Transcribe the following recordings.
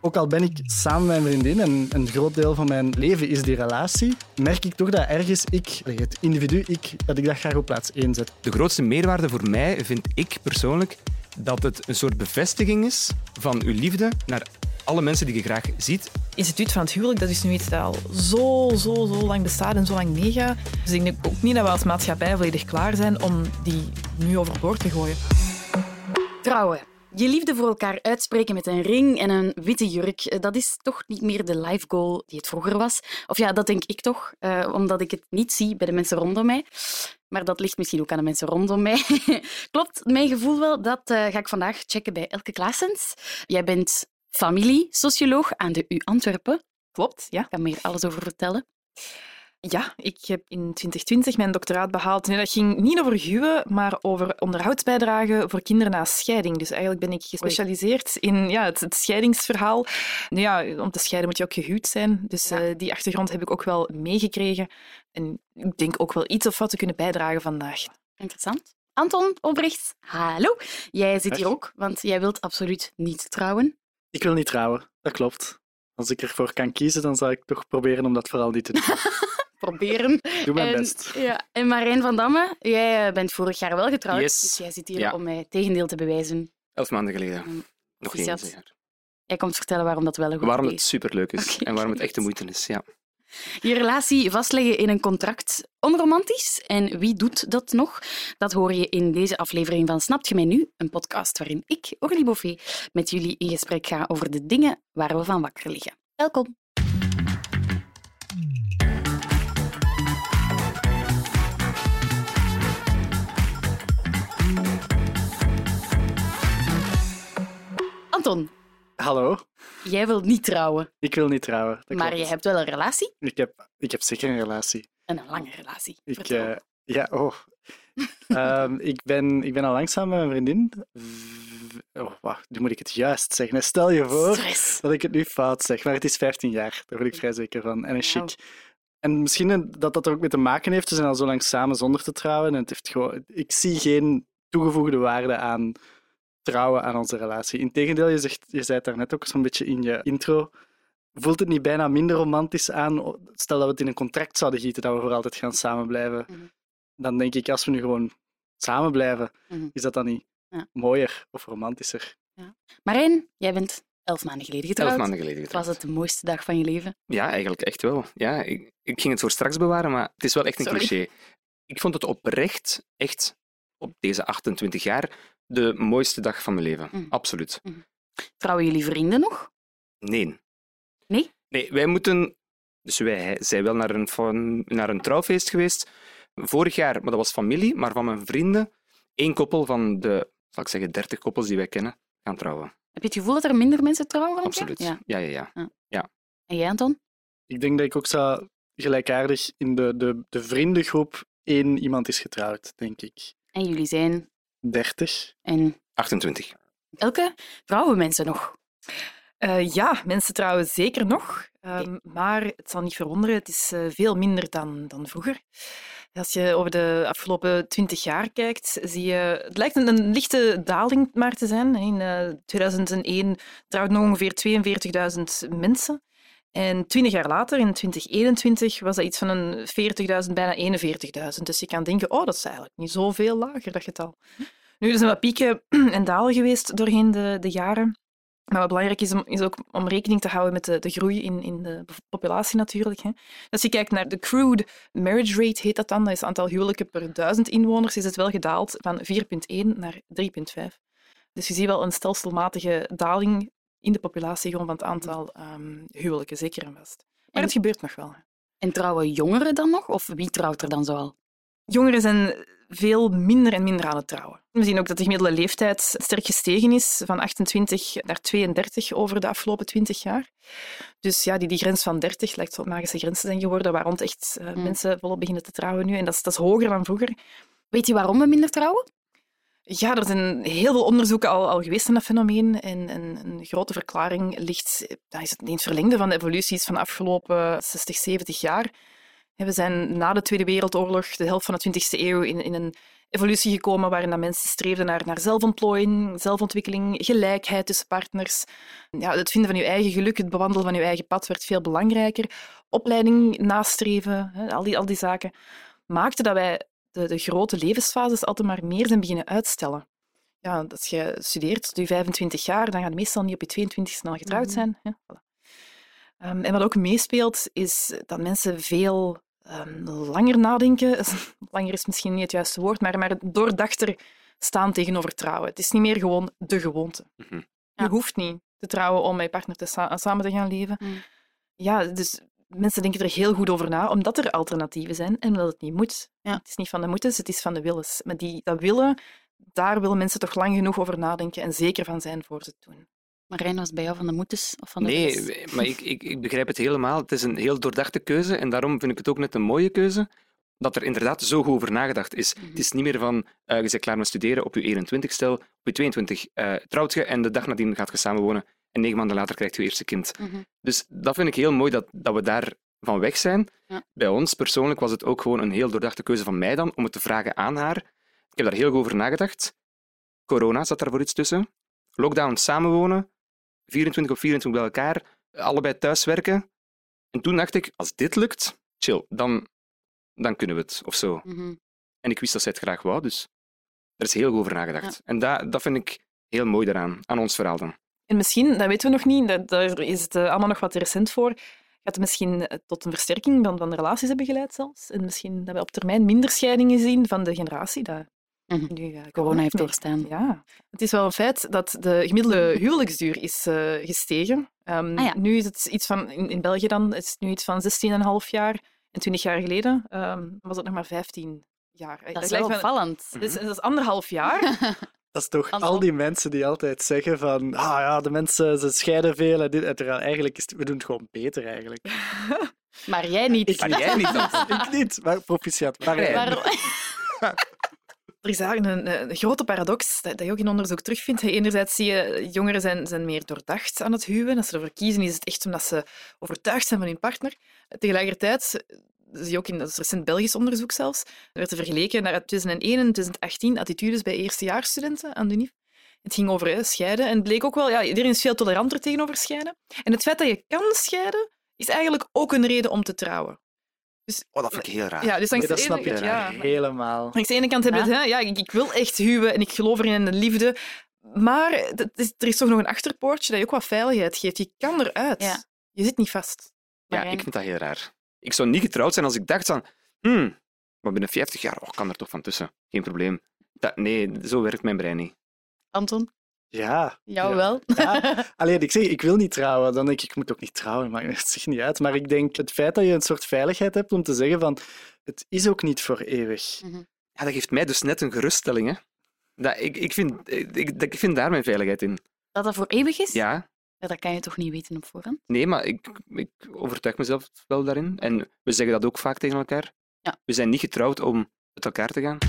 ook al ben ik samen met mijn vriendin en een groot deel van mijn leven is die relatie, merk ik toch dat ergens het individu, dat ik dat graag op plaats 1 zet. De grootste meerwaarde voor mij vind ik persoonlijk dat het een soort bevestiging is van uw liefde naar alle mensen die je graag ziet. Het instituut van het huwelijk, dat is nu iets dat al zo lang bestaat en zo lang meegaat. Dus ik denk ook niet dat we als maatschappij volledig klaar zijn om die nu overboord te gooien. Trouwen. Je liefde voor elkaar uitspreken met een ring en een witte jurk, dat is toch niet meer de life goal die het vroeger was. Of ja, dat denk ik toch, omdat ik het niet zie bij de mensen rondom mij. Maar dat ligt misschien ook aan de mensen rondom mij. Klopt mijn gevoel wel? Dat ga ik vandaag checken bij Elke Claessens. Jij bent familiesocioloog aan de U Antwerpen. Klopt, ja. Ik kan me hier alles over vertellen. Ja, ik heb in 2020 mijn doctoraat behaald. Nee, dat ging niet over huwen, maar over onderhoudsbijdrage voor kinderen na scheiding. Dus eigenlijk ben ik gespecialiseerd in het scheidingsverhaal. Nu ja, om te scheiden moet je ook gehuwd zijn. Dus die achtergrond heb ik ook wel meegekregen. En ik denk ook wel iets of wat te kunnen bijdragen vandaag. Interessant. Anton Obrechts, hallo. Jij zit hier ook, want jij wilt absoluut niet trouwen. Ik wil niet trouwen, dat klopt. Als ik ervoor kan kiezen, dan zal ik toch proberen om dat vooral niet te doen. Proberen. Doe mijn best. Ja. En Marijn van Damme, jij bent vorig jaar wel getrouwd, Yes. dus jij zit hier om mij het tegendeel te bewijzen. 11 maanden geleden. Nog geen Proficiat. jaar. Jij komt vertellen waarom dat wel een goed Waarom idee het is. superleuk is Oké, en waarom het goed. echt de moeite is. Ja. Je relatie vastleggen in een contract, onromantisch. En wie doet dat nog? Dat hoor je in deze aflevering van Snapt je mij nu? Een podcast waarin ik, Aurélie Boffet, met jullie in gesprek ga over de dingen waar we van wakker liggen. Welkom. Anton, Hallo, jij wilt niet trouwen, ik wil niet trouwen. Dat maar klopt. je hebt wel een relatie. Ik heb zeker een relatie. En een lange relatie. Ik, Vertel. ik ben al lang samen met mijn vriendin. Wacht, nu moet ik het juist zeggen. Stel je voor Stress. dat ik het nu fout zeg, maar het is 15 jaar. Daar ben ik vrij zeker van. En een Wauw. chic. En misschien dat dat er ook mee te maken heeft. We zijn al zo lang samen zonder te trouwen. En het heeft gewoon, ik zie geen toegevoegde waarde aan trouwen aan onze relatie. Integendeel, je zei het daarnet ook zo'n beetje in je intro. Voelt het niet bijna minder romantisch aan? Stel dat we het in een contract zouden gieten, dat we voor altijd gaan samen blijven. Mhm. Dan denk ik, als we nu gewoon samen blijven, Mhm. is dat dan niet Ja. mooier of romantischer? Marijn, jij bent 11 maanden geleden getrouwd. 11 maanden geleden getrouwd. Was het de mooiste dag van je leven? Ja, eigenlijk echt wel. Ja, ik ging het voor straks bewaren, maar het is wel echt een Sorry. cliché. Ik vond het oprecht, echt, op deze 28 jaar, de mooiste dag van mijn leven. Mhm. Absoluut. Trouwen jullie vrienden nog? Nee. Nee? Nee, wij moeten... Dus wij zijn wel naar een trouwfeest geweest. Vorig jaar, maar dat was familie, maar van mijn vrienden. 1 koppel van de, zal ik zeggen, 30 koppels die wij kennen, gaan trouwen. Heb je het gevoel dat er minder mensen trouwen? dan Absoluut. jij? Ja. En jij, Anton? Ik denk dat ik ook zou gelijkaardig in de vriendengroep 1 iemand is getrouwd, denk ik. En jullie zijn... 30. En 28. Elke? Trouwen mensen nog? Ja, mensen trouwen zeker nog. Maar het zal niet verwonderen, het is veel minder dan vroeger. Als je over de afgelopen 20 jaar kijkt, zie je... Het lijkt een lichte daling maar te zijn. In 2001 trouwden nog ongeveer 42.000 mensen. En 20 jaar later, in 2021, was dat iets van een 40.000, bijna 41.000. Dus je kan denken, dat is eigenlijk niet zoveel lager, dat getal. Nu, er zijn wat pieken en dalen geweest doorheen de jaren. Maar wat belangrijk is ook om rekening te houden met de groei in de populatie natuurlijk. Hè. Als je kijkt naar de crude marriage rate, heet dat dan, dat is het aantal huwelijken per 1000 inwoners, is het wel gedaald van 4,1 naar 3,5. Dus je ziet wel een stelselmatige daling in de populatie gewoon van het aantal huwelijken, zeker en vast. Maar het gebeurt nog wel. Hè. En trouwen jongeren dan nog? Of wie trouwt er dan zoal? Jongeren zijn veel minder en minder aan het trouwen. We zien ook dat de gemiddelde leeftijd sterk gestegen is, van 28 naar 32 over de afgelopen 20 jaar. Dus ja, die grens van 30 lijkt zo'n magische grens te zijn geworden, waar rond echt mensen volop beginnen te trouwen nu. En dat is hoger dan vroeger. Weet je waarom we minder trouwen? Ja, er zijn heel veel onderzoeken al geweest naar dat fenomeen. En een grote verklaring ligt, dat is het verlengde van de evoluties van de afgelopen 60, 70 jaar. We zijn na de Tweede Wereldoorlog, de helft van de 20e eeuw, in een evolutie gekomen waarin dat mensen streefden naar zelfontplooiing, zelfontwikkeling, gelijkheid tussen partners. Ja, het vinden van je eigen geluk, het bewandelen van je eigen pad werd veel belangrijker. Opleiding nastreven, al die zaken, maakte dat wij de grote levensfases altijd maar meer zijn beginnen uitstellen. Ja, als je studeert tot je 25 jaar, dan ga je meestal niet op je 22 snel getrouwd zijn. Ja, voilà. En wat ook meespeelt, is dat mensen veel langer nadenken. Langer is misschien niet het juiste woord, maar doordachter staan tegenover trouwen. Het is niet meer gewoon de gewoonte. Mhm. Je hoeft niet te trouwen om met je partner samen te gaan leven. Ja, dus mensen denken er heel goed over na, omdat er alternatieven zijn en omdat het niet moet. Ja. Het is niet van de moetens, het is van de willens. Maar dat willen, daar willen mensen toch lang genoeg over nadenken en zeker van zijn voor ze het doen. Marijn, was het bij jou van de moeders of van de Nee, wils? maar ik begrijp het helemaal. Het is een heel doordachte keuze en daarom vind ik het ook net een mooie keuze. Dat er inderdaad zo goed over nagedacht is. Het is niet meer van, je bent klaar met studeren op je 21, stel, op je 22 trouwt je en de dag nadien gaat je samenwonen en 9 maanden later krijgt je eerste kind. Dus dat vind ik heel mooi dat we daar van weg zijn. Ja. Bij ons persoonlijk was het ook gewoon een heel doordachte keuze van mij dan, om het te vragen aan haar. Ik heb daar heel goed over nagedacht. Corona zat daar voor iets tussen. Lockdown, samenwonen, 24 op 24 bij elkaar, allebei thuiswerken. En toen dacht ik, als dit lukt, chill, dan kunnen we het, of zo. En ik wist dat zij het graag wou, dus er is heel goed over nagedacht. Ja. En dat vind ik heel mooi daaraan, aan ons verhaal dan. En misschien, dat weten we nog niet, daar is het allemaal nog wat te recent voor, gaat het misschien tot een versterking van de relaties hebben geleid zelfs. En misschien dat we op termijn minder scheidingen zien van de generatie dat nu Corona heeft doorstaan. Ja. Het is wel een feit dat de gemiddelde huwelijksduur is gestegen. Nu is het iets van, in België dan, is het nu iets van 16,5 jaar. En 20 jaar geleden was het nog maar 15 jaar. Dat is wel opvallend. Dus dat is 1,5 jaar. Dat is toch Anton? al die mensen die altijd zeggen van de mensen ze scheiden veel en dit. En terwijl eigenlijk we doen het gewoon beter eigenlijk. Maar jij niet. Maar jij niet dan? Ik niet, maar proficiat. Maar Er is eigenlijk een grote paradox dat je ook in onderzoek terugvindt. Enerzijds zie je jongeren zijn meer doordacht aan het huwen. Als ze ervoor kiezen, is het echt omdat ze overtuigd zijn van hun partner. Tegelijkertijd zie je ook in dat recent Belgisch onderzoek zelfs, er werd er vergeleken naar 2001 en 2018 attitudes bij eerstejaarsstudenten aan de UNIF. Het ging over scheiden en het bleek ook wel, iedereen is veel toleranter tegenover scheiden. En het feit dat je kan scheiden, is eigenlijk ook een reden om te trouwen. Dus, dat vind ik heel raar. Ja, dus langs dat de snap ene- je ja. helemaal. Langs de ene kant hebben we het, ik wil echt huwen en ik geloof erin in de liefde. Maar er is toch nog een achterpoortje dat je ook wat veiligheid geeft. Je kan eruit. Ja. Je zit niet vast. Ja, ik vind dat heel raar. Ik zou niet getrouwd zijn als ik dacht van, maar binnen 50 jaar kan er toch van tussen. Geen probleem. Nee, zo werkt mijn brein niet. Anton, Ja. jou wel? Ja. Alleen, ik zeg, ik wil niet trouwen. Dan denk ik moet ook niet trouwen, maar het ziet niet uit. Maar ik denk, het feit dat je een soort veiligheid hebt om te zeggen van, het is ook niet voor eeuwig. Ja, dat geeft mij dus net een geruststelling. Hè. Ik vind daar mijn veiligheid in. Dat voor eeuwig is? Ja, Dat kan je toch niet weten op voorhand? nee, maar ik overtuig mezelf wel daarin. En we zeggen dat ook vaak tegen elkaar. Ja. We zijn niet getrouwd om met elkaar te gaan.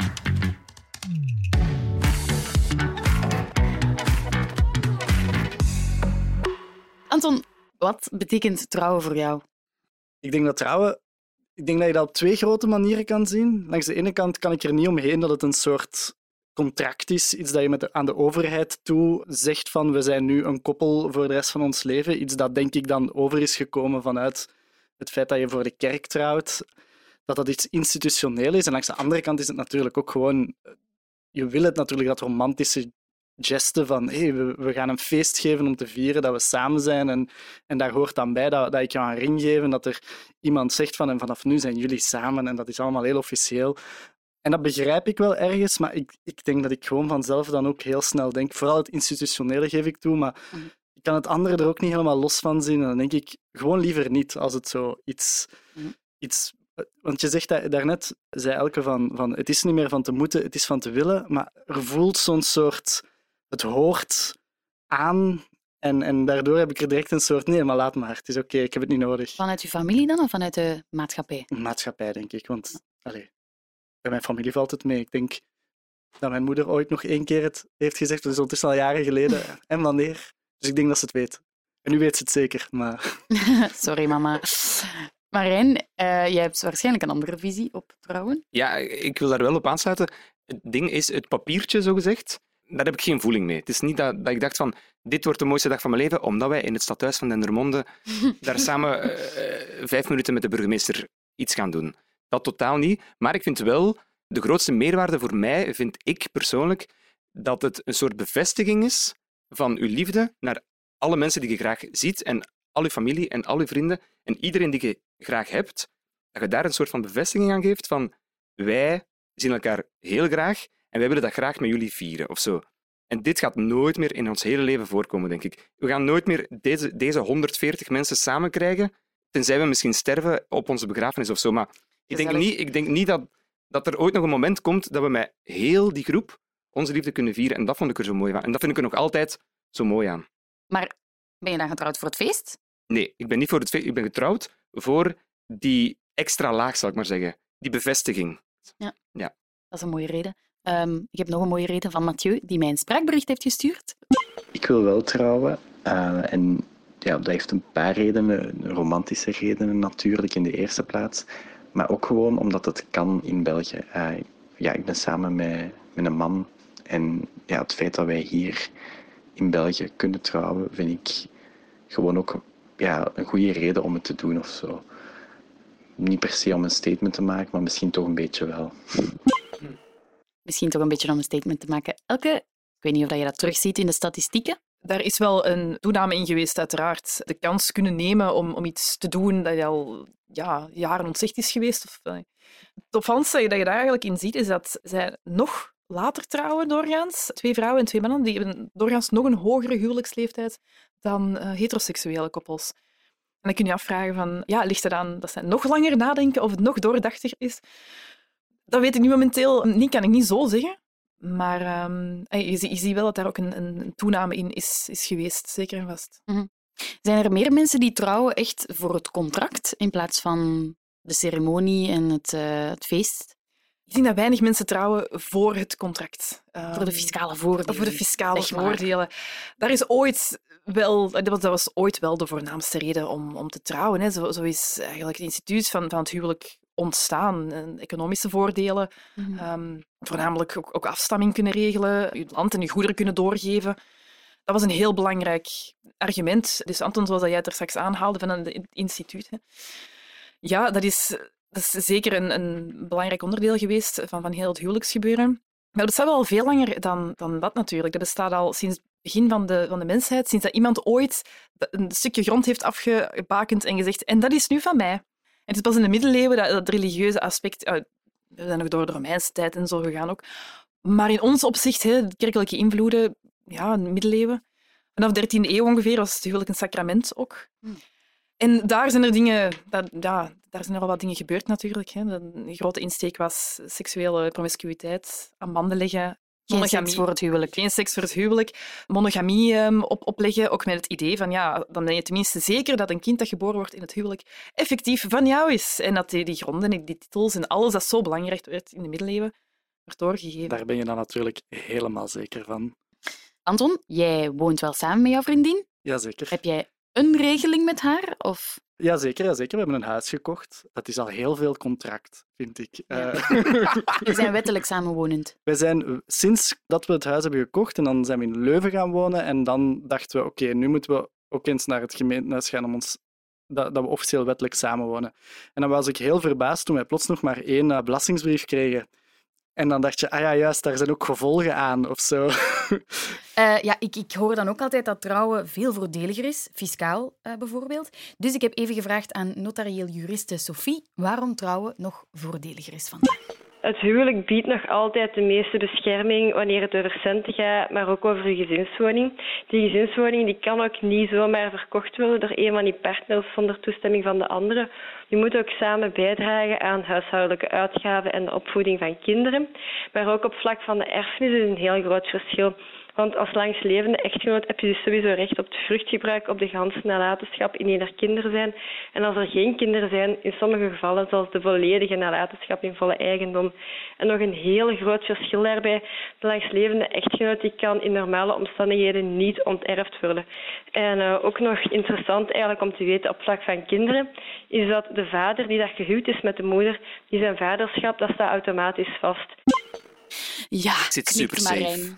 Anton, wat betekent trouwen voor jou? Ik denk dat trouwen, je dat op 2 grote manieren kan zien. Langs de ene kant kan ik er niet omheen dat het een soort contract is, iets dat je aan de overheid toe zegt van we zijn nu een koppel voor de rest van ons leven. Iets dat denk ik dan over is gekomen vanuit het feit dat je voor de kerk trouwt, dat iets institutioneel is. En langs de andere kant is het natuurlijk ook gewoon, je wil het natuurlijk dat romantische gesten van we gaan een feest geven om te vieren dat we samen zijn en daar hoort dan bij dat ik jou een ring geef en dat er iemand zegt van en vanaf nu zijn jullie samen en dat is allemaal heel officieel. En dat begrijp ik wel ergens, maar ik denk dat ik gewoon vanzelf dan ook heel snel denk, vooral het institutionele geef ik toe, maar ik kan het andere er ook niet helemaal los van zien en dan denk ik gewoon liever niet als het zo iets want je zegt daarnet, zei Elke, van het is niet meer van te moeten, het is van te willen, maar er voelt zo'n soort, het hoort aan en daardoor heb ik er direct een soort, nee, maar laat maar, het is oké, ik heb het niet nodig. Vanuit je familie dan of vanuit de maatschappij? Maatschappij, denk ik, want bij mijn familie valt het mee. Ik denk dat mijn moeder ooit nog 1 keer het heeft gezegd, dat is ondertussen al jaren geleden, en wanneer. Dus ik denk dat ze het weet. En nu weet ze het zeker, maar... Sorry, mama. Marijn, jij hebt waarschijnlijk een andere visie op trouwen. Ja, ik wil daar wel op aansluiten. Het ding is, het papiertje, zogezegd, daar heb ik geen voeling mee. Het is niet dat ik dacht van, dit wordt de mooiste dag van mijn leven, omdat wij in het stadhuis van Dendermonde daar samen 5 minuten met de burgemeester iets gaan doen. Dat totaal niet. Maar ik vind wel, de grootste meerwaarde voor mij, vind ik persoonlijk, dat het een soort bevestiging is van uw liefde naar alle mensen die je graag ziet en al je familie en al je vrienden en iedereen die je graag hebt, dat je daar een soort van bevestiging aan geeft van wij zien elkaar heel graag en wij willen dat graag met jullie vieren of zo. En dit gaat nooit meer in ons hele leven voorkomen, denk ik. We gaan nooit meer deze 140 mensen samen krijgen, tenzij we misschien sterven op onze begrafenis of zo. Maar ik denk niet dat er ooit nog een moment komt dat we met heel die groep onze liefde kunnen vieren. En dat vond ik er zo mooi van. En dat vind ik er nog altijd zo mooi aan. Maar ben je dan getrouwd voor het feest? Nee, ik ben niet voor het feest. Ik ben getrouwd voor die extra laag, zal ik maar zeggen. Die bevestiging. Ja. Ja. Dat is een mooie reden. Ik heb nog een mooie reden van Mathieu, die mij een spraakbericht heeft gestuurd. Ik wil wel trouwen. En ja, dat heeft een paar redenen. Romantische redenen natuurlijk in de eerste plaats. Maar ook gewoon omdat het kan in België. Ik ben samen met een man. En ja, het feit dat wij hier in België kunnen trouwen, vind ik gewoon ook een goede reden om het te doen of zo. Niet per se om een statement te maken, maar misschien toch een beetje wel. Misschien toch een beetje om een statement te maken. Elke, ik weet niet of je dat terugziet in de statistieken. Daar is wel een toename in geweest, uiteraard. De kans kunnen nemen om iets te doen dat al jaren ontzegd is geweest. Het opvallendste dat je daar eigenlijk in ziet, is dat zij nog later trouwen doorgaans. 2 vrouwen en 2 mannen die hebben doorgaans nog een hogere huwelijksleeftijd dan heteroseksuele koppels. En dan kun je je afvragen van, ligt het aan dat zij nog langer nadenken of het nog doordachter is? Dat weet ik nu momenteel niet, kan ik niet zo zeggen. Maar je ziet wel dat daar ook een toename in is geweest, zeker en vast. Mm-hmm. Zijn er meer mensen die trouwen echt voor het contract in plaats van de ceremonie en het feest? Ik denk dat weinig mensen trouwen voor het contract. Voor de fiscale voordelen. Voor de fiscale voordelen. Daar is ooit wel, dat was ooit wel de voornaamste reden om te trouwen. Hè. Zo is eigenlijk het instituut van het huwelijk ontstaan. Economische voordelen, voornamelijk ook afstamming kunnen regelen, je land en je goederen kunnen doorgeven. Dat was een heel belangrijk argument. Dus Anton, zoals jij het er straks aanhaalde van het instituut. Hè. Ja, dat is zeker een belangrijk onderdeel geweest van heel het huwelijksgebeuren. Maar dat bestaat wel al veel langer dan dat natuurlijk. Dat bestaat al sinds het begin van de mensheid, sinds dat iemand ooit een stukje grond heeft afgebakend en gezegd en dat is nu van mij. En het is pas in de middeleeuwen dat religieuze aspect... we zijn nog door de Romeinse tijd en zo gegaan ook. Maar in ons opzicht, de kerkelijke invloeden, in de middeleeuwen. Vanaf de 13e eeuw ongeveer was het huwelijk een sacrament ook. En daar zijn er dingen... daar zijn er al wat dingen gebeurd natuurlijk. Hè. Een grote insteek was seksuele promiscuïteit, aan banden leggen. Geen seks voor het huwelijk. Geen seks voor het huwelijk. Monogamie opleggen, ook met het idee van dan ben je tenminste zeker dat een kind dat geboren wordt in het huwelijk effectief van jou is. En dat die gronden en die titels en alles dat zo belangrijk werd in de middeleeuwen, wordt doorgegeven. Daar ben je dan natuurlijk helemaal zeker van. Anton, jij woont wel samen met jouw vriendin. Jazeker. Heb jij een regeling met haar? Of... Jazeker. We hebben een huis gekocht. Dat is al heel veel contract, vind ik. We zijn wettelijk samenwonend. Wij zijn, sinds dat we het huis hebben gekocht, en dan zijn we in Leuven gaan wonen, en dan dachten we, oké, nu moeten we ook eens naar het gemeentehuis gaan om dat we officieel wettelijk samenwonen. En dan was ik heel verbaasd toen wij plots nog maar 1 belastingsbrief kregen. En dan dacht je, juist, daar zijn ook gevolgen aan, of zo. Ik hoor dan ook altijd dat trouwen veel voordeliger is, fiscaal bijvoorbeeld. Dus ik heb even gevraagd aan notarieel juriste Sophie waarom trouwen nog voordeliger is vandaag. Het huwelijk biedt nog altijd de meeste bescherming wanneer het over centen gaat, maar ook over je gezinswoning. Die gezinswoning die kan ook niet zomaar verkocht worden door een van die partners zonder toestemming van de andere. Je moet ook samen bijdragen aan huishoudelijke uitgaven en de opvoeding van kinderen. Maar ook op vlak van de erfenis is een heel groot verschil. Want als langstlevende echtgenoot heb je dus sowieso recht op het vruchtgebruik, op de ganse nalatenschap indien er kinderen zijn. En als er geen kinderen zijn, in sommige gevallen zelfs de volledige nalatenschap in volle eigendom. En nog een heel groot verschil daarbij. De langstlevende echtgenoot die kan in normale omstandigheden niet onterfd worden. En ook nog interessant eigenlijk om te weten op vlak van kinderen, is dat de vader die daar gehuwd is met de moeder, die zijn vaderschap, dat staat automatisch vast. Ja, Zit knikt super Marijn.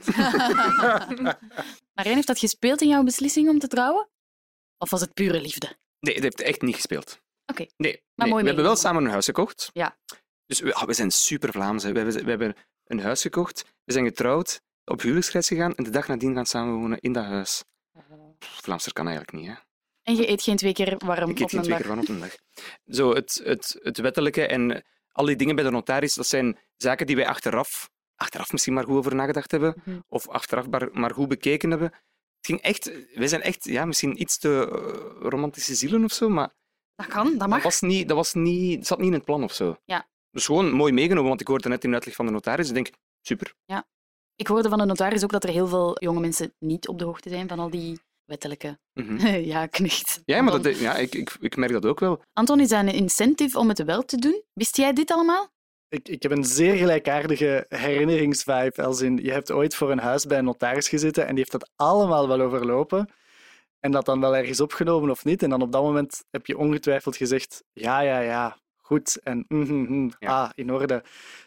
Marijn, heeft dat gespeeld in jouw beslissing om te trouwen? Of was het pure liefde? Nee, dat heeft echt niet gespeeld. Oké. Nee, Maar mooi we hebben wel meegenomen. samen een huis gekocht. Ja. Dus we zijn super Vlaams. Hè. We hebben een huis gekocht, we zijn getrouwd, op huwelijksreis gegaan en de dag nadien gaan samenwonen in dat huis. Vlaamser kan eigenlijk niet, hè. En je eet geen 2 keer warm Ik eet op geen een 2 dag. keer van op een dag. Zo, het wettelijke en al die dingen bij de notaris, dat zijn zaken die wij achteraf misschien maar goed over nagedacht hebben, Mhm. of achteraf maar goed bekeken hebben. Het ging echt, wij zijn echt misschien iets te romantische zielen of zo, maar Dat kan, dat mag. dat zat niet in het plan of zo. Ja. Dus gewoon mooi meegenomen, want ik hoorde net in de uitleg van de notaris. Ik denk, super. Ik hoorde van de notaris ook dat er heel veel jonge mensen niet op de hoogte zijn van al die wettelijke... Mhm. Ja, knicht. Ja, maar Anton. ik merk dat ook wel. Anton, is dat een incentive om het wel te doen? Wist jij dit allemaal? Ik heb een zeer gelijkaardige herinneringsvibe. Als in, je hebt ooit voor een huis bij een notaris gezeten en die heeft dat allemaal wel overlopen. En dat dan wel ergens opgenomen of niet. En dan op dat moment heb je ongetwijfeld gezegd, ja, goed. En Ja. in orde.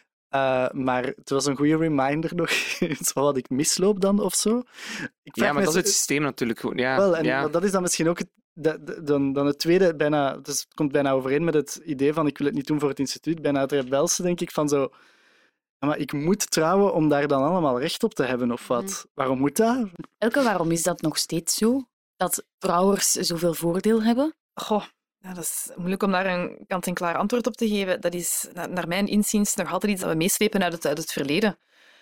Maar het was een goede reminder nog. Zo wat ik misloop dan of zo. Ik vraag Ja, maar me dat is zo- het systeem natuurlijk. Ja, Wel, en ja. dat is dan misschien ook dan het tweede, bijna, dus het komt bijna overeen met het idee van ik wil het niet doen voor het instituut, bijna het rebelse, denk ik, van zo... "Ja, maar ik moet trouwen om daar dan allemaal recht op te hebben, of wat? Waarom moet dat? Elke, waarom is dat nog steeds zo? Dat trouwers zoveel voordeel hebben? Goh, ja, dat is moeilijk om daar een kant-en-klaar antwoord op te geven. Dat is naar mijn inziens nog altijd iets dat we meeslepen uit het verleden.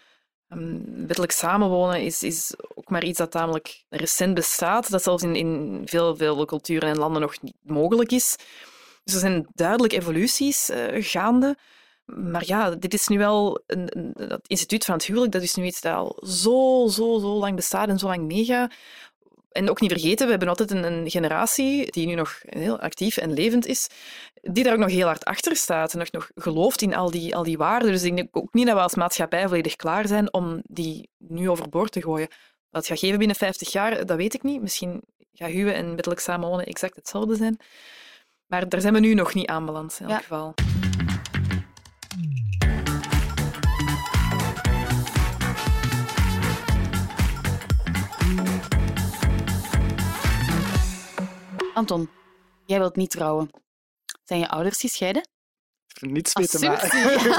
Wettelijk samenwonen is ook maar iets dat tamelijk recent bestaat, dat zelfs in veel culturen en landen nog niet mogelijk is. Dus er zijn duidelijk evoluties gaande. Maar ja, dit is nu wel het instituut van het huwelijk, dat is nu iets dat al zo lang bestaat en zo lang meegaat. En ook niet vergeten, we hebben altijd een generatie die nu nog heel actief en levend is, die daar ook nog heel hard achter staat en nog gelooft in al die waarden. Dus ik denk ook niet dat we als maatschappij volledig klaar zijn om die nu overboord te gooien. Wat het gaat geven binnen 50 jaar, dat weet ik niet. Misschien gaat huwen en wettelijk samenwonen exact hetzelfde zijn. Maar daar zijn we nu nog niet aanbeland, in elk geval. Anton, jij wilt niet trouwen. Zijn je ouders gescheiden? Niets mee te Assumptie.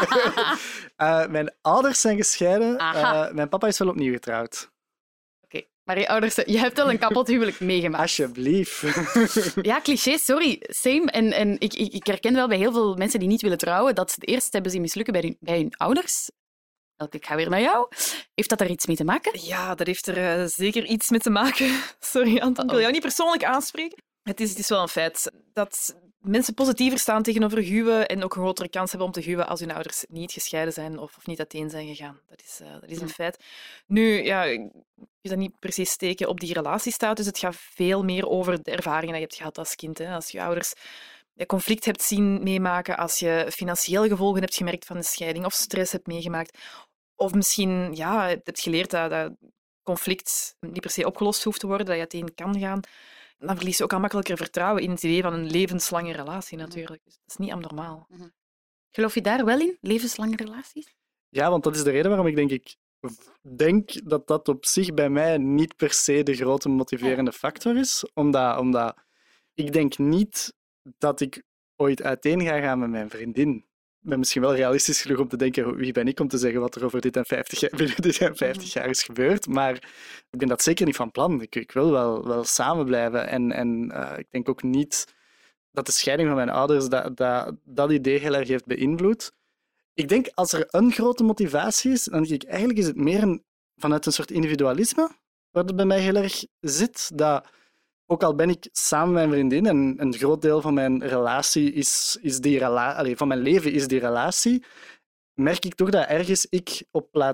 maken. Mijn ouders zijn gescheiden. Aha. Mijn papa is wel opnieuw getrouwd. Oké, maar je ouders... Je hebt wel een kapot huwelijk meegemaakt. Alsjeblieft. Ja, cliché, sorry. Same. En ik herken wel bij heel veel mensen die niet willen trouwen dat ze het eerst hebben zien mislukken bij hun ouders. Elke, ik ga weer naar jou. Heeft dat daar iets mee te maken? Ja, dat heeft er zeker iets mee te maken. Sorry, Anton, ik wil jou niet persoonlijk aanspreken. Het is wel een feit dat mensen positiever staan tegenover huwen en ook een grotere kans hebben om te huwen als hun ouders niet gescheiden zijn of niet uiteen zijn gegaan. Dat is een feit. Nu, ja, je dat niet precies steken op die relatiestatus. Het gaat veel meer over de ervaringen die je hebt gehad als kind. Hè. Als je ouders conflict hebt zien meemaken, als je financiële gevolgen hebt gemerkt van de scheiding of stress hebt meegemaakt. Of misschien hebt geleerd dat conflict niet per se opgelost hoeft te worden, dat je uiteen kan gaan. Dan verlies je ook al makkelijker vertrouwen in het idee van een levenslange relatie natuurlijk. Dus dat is niet abnormaal. Geloof je daar wel in, levenslange relaties? Ja, want dat is de reden waarom ik denk dat dat op zich bij mij niet per se de grote motiverende factor is. Omdat ik denk niet dat ik ooit uiteen ga gaan met mijn vriendin. Ik ben misschien wel realistisch genoeg om te denken, wie ben ik om te zeggen wat er over dit en 50 jaar, binnen dit en 50 jaar is gebeurd. Maar ik ben dat zeker niet van plan. Ik wil wel samen blijven. En ik denk ook niet dat de scheiding van mijn ouders dat idee heel erg heeft beïnvloed. Ik denk, als er een grote motivatie is, dan denk ik, eigenlijk is het meer vanuit een soort individualisme, waar het bij mij heel erg zit, dat ook al ben ik samen met mijn vriendin en een groot deel van mijn relatie is die relatie, van mijn leven is die relatie, merk ik toch dat ergens ik op plaats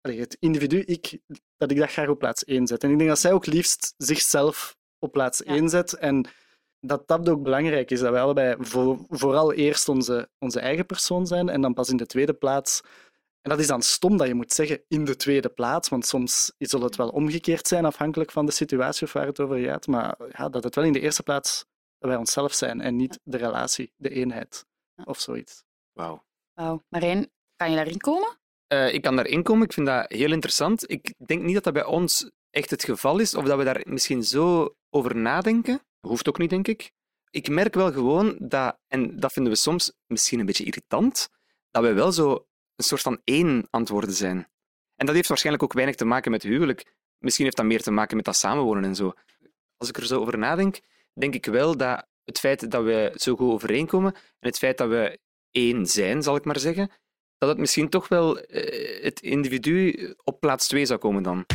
het individu, dat ik dat graag op plaats 1 zet. En ik denk dat zij ook liefst zichzelf op plaats 1 zet. En dat ook belangrijk is, dat wij allebei vooral eerst onze eigen persoon zijn en dan pas in de tweede plaats. En dat is dan stom dat je moet zeggen in de tweede plaats, want soms zal het wel omgekeerd zijn, afhankelijk van de situatie of waar het over gaat. Maar ja, dat het wel in de eerste plaats wij onszelf zijn en niet de relatie, de eenheid of zoiets. Wauw. Marijn, kan je daarin komen? Ik kan daarin komen. Ik vind dat heel interessant. Ik denk niet dat dat bij ons echt het geval is, of dat we daar misschien zo over nadenken. Hoeft ook niet, denk ik. Ik merk wel gewoon dat, en dat vinden we soms misschien een beetje irritant, dat we wel zo een soort van één aan het worden zijn. En dat heeft waarschijnlijk ook weinig te maken met huwelijk. Misschien heeft dat meer te maken met dat samenwonen en zo. Als ik er zo over nadenk, denk ik wel dat het feit dat we zo goed overeenkomen en het feit dat we één zijn, zal ik maar zeggen, dat het misschien toch wel het individu op plaats 2 zou komen dan.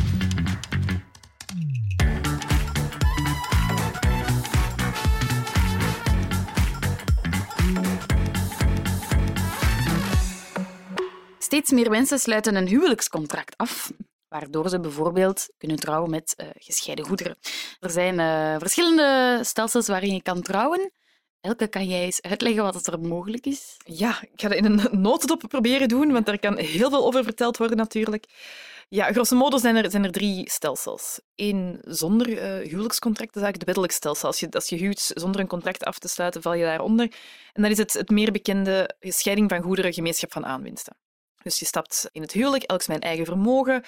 Steeds meer mensen sluiten een huwelijkscontract af, waardoor ze bijvoorbeeld kunnen trouwen met gescheiden goederen. Er zijn verschillende stelsels waarin je kan trouwen. Elke, kan jij eens uitleggen wat er mogelijk is? Ja, ik ga dat in een notendop proberen doen, want daar kan heel veel over verteld worden natuurlijk. Ja, grosso modo zijn er 3 stelsels. 1 zonder huwelijkscontract, dat is eigenlijk het wettelijk stelsel. Als je huwt zonder een contract af te sluiten, val je daaronder. En dan is het meer bekende scheiding van goederen, gemeenschap van aanwinsten. Dus je stapt in het huwelijk, elk zijn eigen vermogen.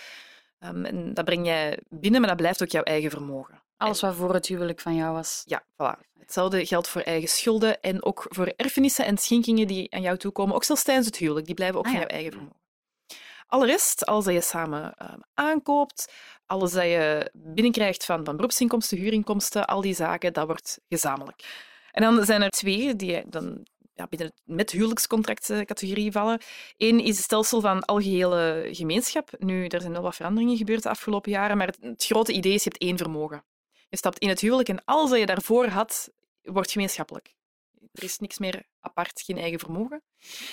En dat breng jij binnen, maar dat blijft ook jouw eigen vermogen. Alles wat voor het huwelijk van jou was. Ja, voilà. Hetzelfde geldt voor eigen schulden en ook voor erfenissen en schenkingen die aan jou toekomen. Ook zelfs tijdens het huwelijk, die blijven ook van jouw eigen vermogen. Alle rest, alles dat je samen aankoopt, alles dat je binnenkrijgt van beroepsinkomsten, huurinkomsten, al die zaken, dat wordt gezamenlijk. En dan zijn er 2 die dan binnen het met huwelijkscontractcategorie vallen. 1 is het stelsel van algehele gemeenschap. Nu, er zijn wel wat veranderingen gebeurd de afgelopen jaren, maar het grote idee is, je hebt 1 vermogen. Je stapt in het huwelijk en alles wat je daarvoor had, wordt gemeenschappelijk. Er is niks meer apart, geen eigen vermogen.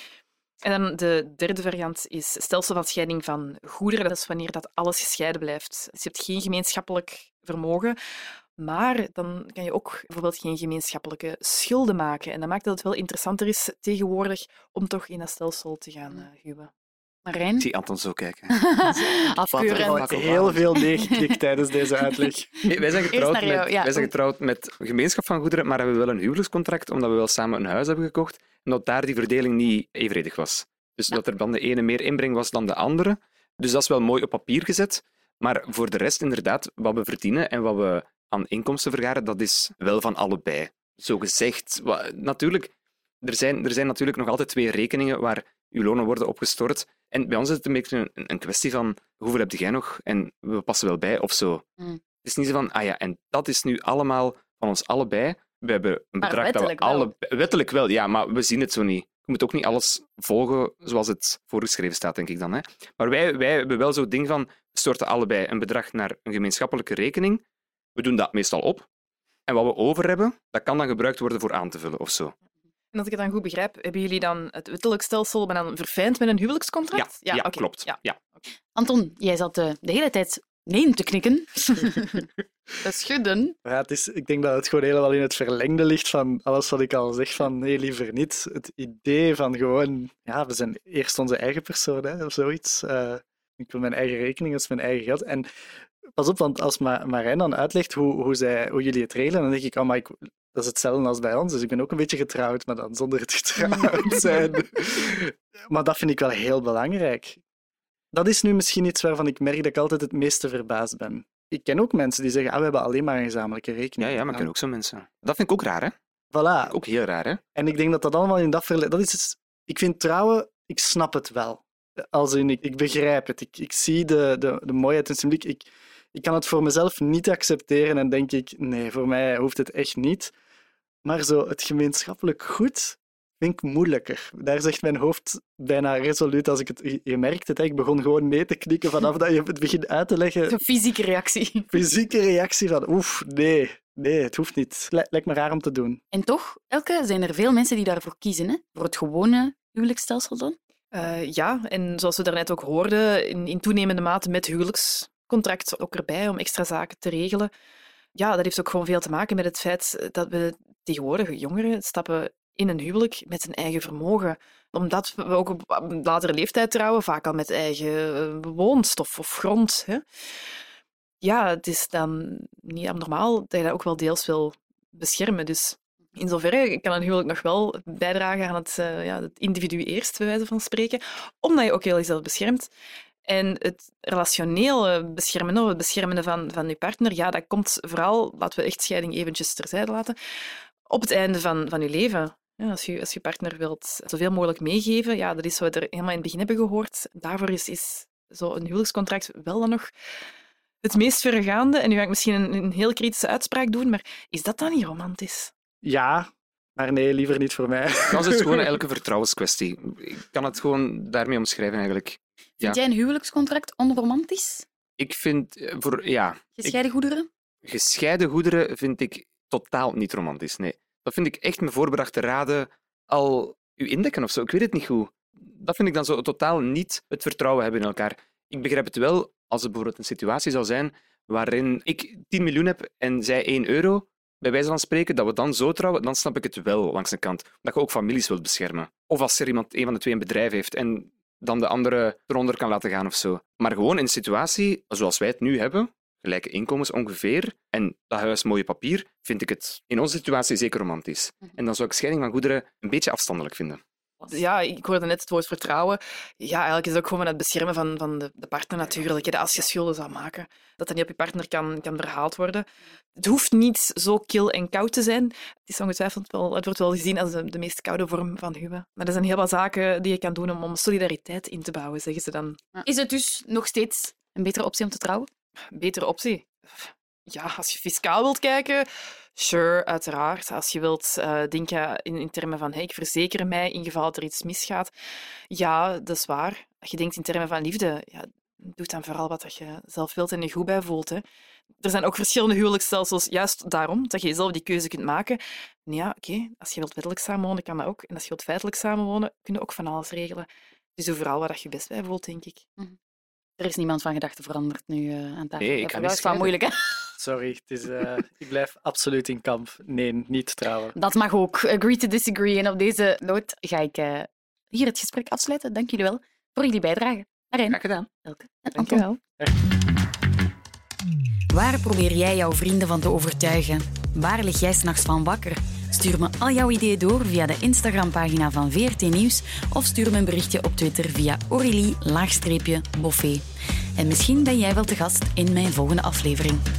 En dan de derde variant is stelsel van scheiding van goederen. Dat is wanneer dat alles gescheiden blijft. Dus je hebt geen gemeenschappelijk vermogen, maar dan kan je ook bijvoorbeeld geen gemeenschappelijke schulden maken. En dat maakt dat het wel interessanter is tegenwoordig om toch in dat stelsel te gaan huwen. Marijn? Ik zie Anton zo kijken. Afkeuren. Heel veel neergeknikt tijdens deze uitleg. Nee, wij zijn getrouwd met een gemeenschap van goederen, maar hebben wel een huwelijkscontract, omdat we wel samen een huis hebben gekocht en dat daar die verdeling niet evenredig was. Dus dat er dan de ene meer inbreng was dan de andere. Dus dat is wel mooi op papier gezet. Maar voor de rest, inderdaad, wat we verdienen en wat we aan inkomsten vergaren, dat is wel van allebei. Zo gezegd. Natuurlijk, er zijn natuurlijk nog altijd 2 rekeningen waar uw lonen worden opgestort. En bij ons is het een beetje een kwestie van hoeveel heb jij nog en we passen wel bij of zo. Het is niet zo van, en dat is nu allemaal van ons allebei. We hebben een bedrag dat we wettelijk wel, ja, maar we zien het zo niet. Je moet ook niet alles volgen zoals het voorgeschreven staat, denk ik dan. Hè. Maar wij hebben wel zo'n ding van, we storten allebei een bedrag naar een gemeenschappelijke rekening. We doen dat meestal op. En wat we over hebben, dat kan dan gebruikt worden voor aan te vullen of zo. En als ik het dan goed begrijp, hebben jullie dan het wettelijk stelsel maar dan verfijnd met een huwelijkscontract? Ja, okay. Klopt. Ja. Anton, jij zat de hele tijd nee te knikken. Te schudden. Ja, ik denk dat het gewoon helemaal in het verlengde ligt van alles wat ik al zeg van nee, liever niet. Het idee van gewoon, we zijn eerst onze eigen persoon, hè, of zoiets. Ik wil mijn eigen rekening, dat is mijn eigen geld. En pas op, want als Marijn dan uitlegt hoe jullie het regelen, dan denk ik, maar dat is hetzelfde als bij ons. Dus ik ben ook een beetje getrouwd, maar dan zonder het getrouwd zijn. Maar dat vind ik wel heel belangrijk. Dat is nu misschien iets waarvan ik merk dat ik altijd het meeste verbaasd ben. Ik ken ook mensen die zeggen, we hebben alleen maar een gezamenlijke rekening. Ja, maar ik ken ook zo mensen. Dat vind ik ook raar, hè? Voilà. Ook heel raar, hè? En ik denk dat allemaal in dat verleden... Ik vind trouwen, ik snap het wel. Als in, ik begrijp het. Ik zie de mooiheid en symboliek. Ik kan het voor mezelf niet accepteren en denk ik, nee, voor mij hoeft het echt niet. Maar zo het gemeenschappelijk goed vind ik moeilijker. Daar zegt mijn hoofd bijna resoluut als ik het... Je merkt het, ik begon gewoon mee te knikken vanaf dat je het begint uit te leggen. Zo'n fysieke reactie. Fysieke reactie van, nee, het hoeft niet. Lijkt me raar om te doen. En toch, Elke, zijn er veel mensen die daarvoor kiezen, hè? Voor het gewone huwelijksstelsel dan? Ja, en zoals we daarnet ook hoorden, in toenemende mate met huwelijkscontract ook erbij om extra zaken te regelen. Ja, dat heeft ook gewoon veel te maken met het feit dat we tegenwoordig jongeren stappen in een huwelijk met een eigen vermogen. Omdat we ook op een latere leeftijd trouwen, vaak al met eigen woonstof of grond. Hè. Ja, het is dan niet abnormaal dat je dat ook wel deels wil beschermen. Dus in zoverre kan een huwelijk nog wel bijdragen aan het individu eerst, bij wijze van spreken, omdat je ook heel jezelf beschermt. En het relationele beschermen, het beschermen van je partner, ja, dat komt vooral, laten we echt scheiding eventjes terzijde laten, op het einde van je leven. Ja, als je partner wilt zoveel mogelijk meegeven, ja, dat is wat we er helemaal in het begin hebben gehoord. Daarvoor is zo'n huwelijkscontract wel dan nog het meest verregaande. En nu ga ik misschien een heel kritische uitspraak doen, maar is dat dan niet romantisch? Ja, maar nee, liever niet voor mij. Dat is gewoon elke vertrouwenskwestie. Ik kan het gewoon daarmee omschrijven eigenlijk. Vind jij een huwelijkscontract onromantisch? Ik vind, Gescheiden goederen? Gescheiden goederen vind ik totaal niet romantisch, nee. Dat vind ik echt met voorbedachte raden al u indekken of zo. Ik weet het niet goed. Dat vind ik dan zo totaal niet het vertrouwen hebben in elkaar. Ik begrijp het wel als het bijvoorbeeld een situatie zou zijn waarin ik 10 miljoen heb en zij 1 euro, bij wijze van spreken, dat we dan zo trouwen, dan snap ik het wel langs een kant. Dat je ook families wilt beschermen. Of als er een van de twee een bedrijf heeft en dan de andere eronder kan laten gaan of zo. Maar gewoon in een situatie zoals wij het nu hebben, gelijke inkomens ongeveer, en dat huis mooie papier, vind ik het in onze situatie zeker romantisch. En dan zou ik scheiding van goederen een beetje afstandelijk vinden. Ja, ik hoorde net het woord vertrouwen. Ja, eigenlijk is het ook gewoon het beschermen van de partner natuurlijk. Als je schulden zou maken, dat dat niet op je partner kan verhaald worden. Het hoeft niet zo kil en koud te zijn. Het is ongetwijfeld wel, het wordt wel gezien als de meest koude vorm van huwen. Maar er zijn heel wat zaken die je kan doen om solidariteit in te bouwen, zeggen ze dan. Is het dus nog steeds een betere optie om te trouwen? Betere optie? Ja, als je fiscaal wilt kijken, sure, uiteraard. Als je wilt denken in termen van ik verzeker mij in geval dat er iets misgaat. Ja, dat is waar. Als je denkt in termen van liefde, ja, doe dan vooral wat je zelf wilt en je goed bij voelt. Hè. Er zijn ook verschillende huwelijksstelsels, juist daarom, dat je jezelf die keuze kunt maken. En ja, oké, als je wilt wettelijk samenwonen, kan dat ook. En als je wilt feitelijk samenwonen, kun je ook van alles regelen. Dus doe vooral wat je best bij voelt, denk ik. Er is niemand van gedachten veranderd nu aan tafel. Nee, ik ga niet dat is wel moeilijk, hè? Sorry, ik blijf absoluut in kamp. Nee, niet trouwen. Dat mag ook. Agree to disagree. En op deze noot ga ik hier het gesprek afsluiten. Dank jullie wel voor jullie bijdrage. Arjen, Graag gedaan. Elke en Anke. Waar probeer jij jouw vrienden van te overtuigen? Waar lig jij 's nachts van wakker? Stuur me al jouw ideeën door via de Instagram-pagina van VRT Nieuws of stuur me een berichtje op Twitter via Aurélie_Boffé. En misschien ben jij wel te gast in mijn volgende aflevering.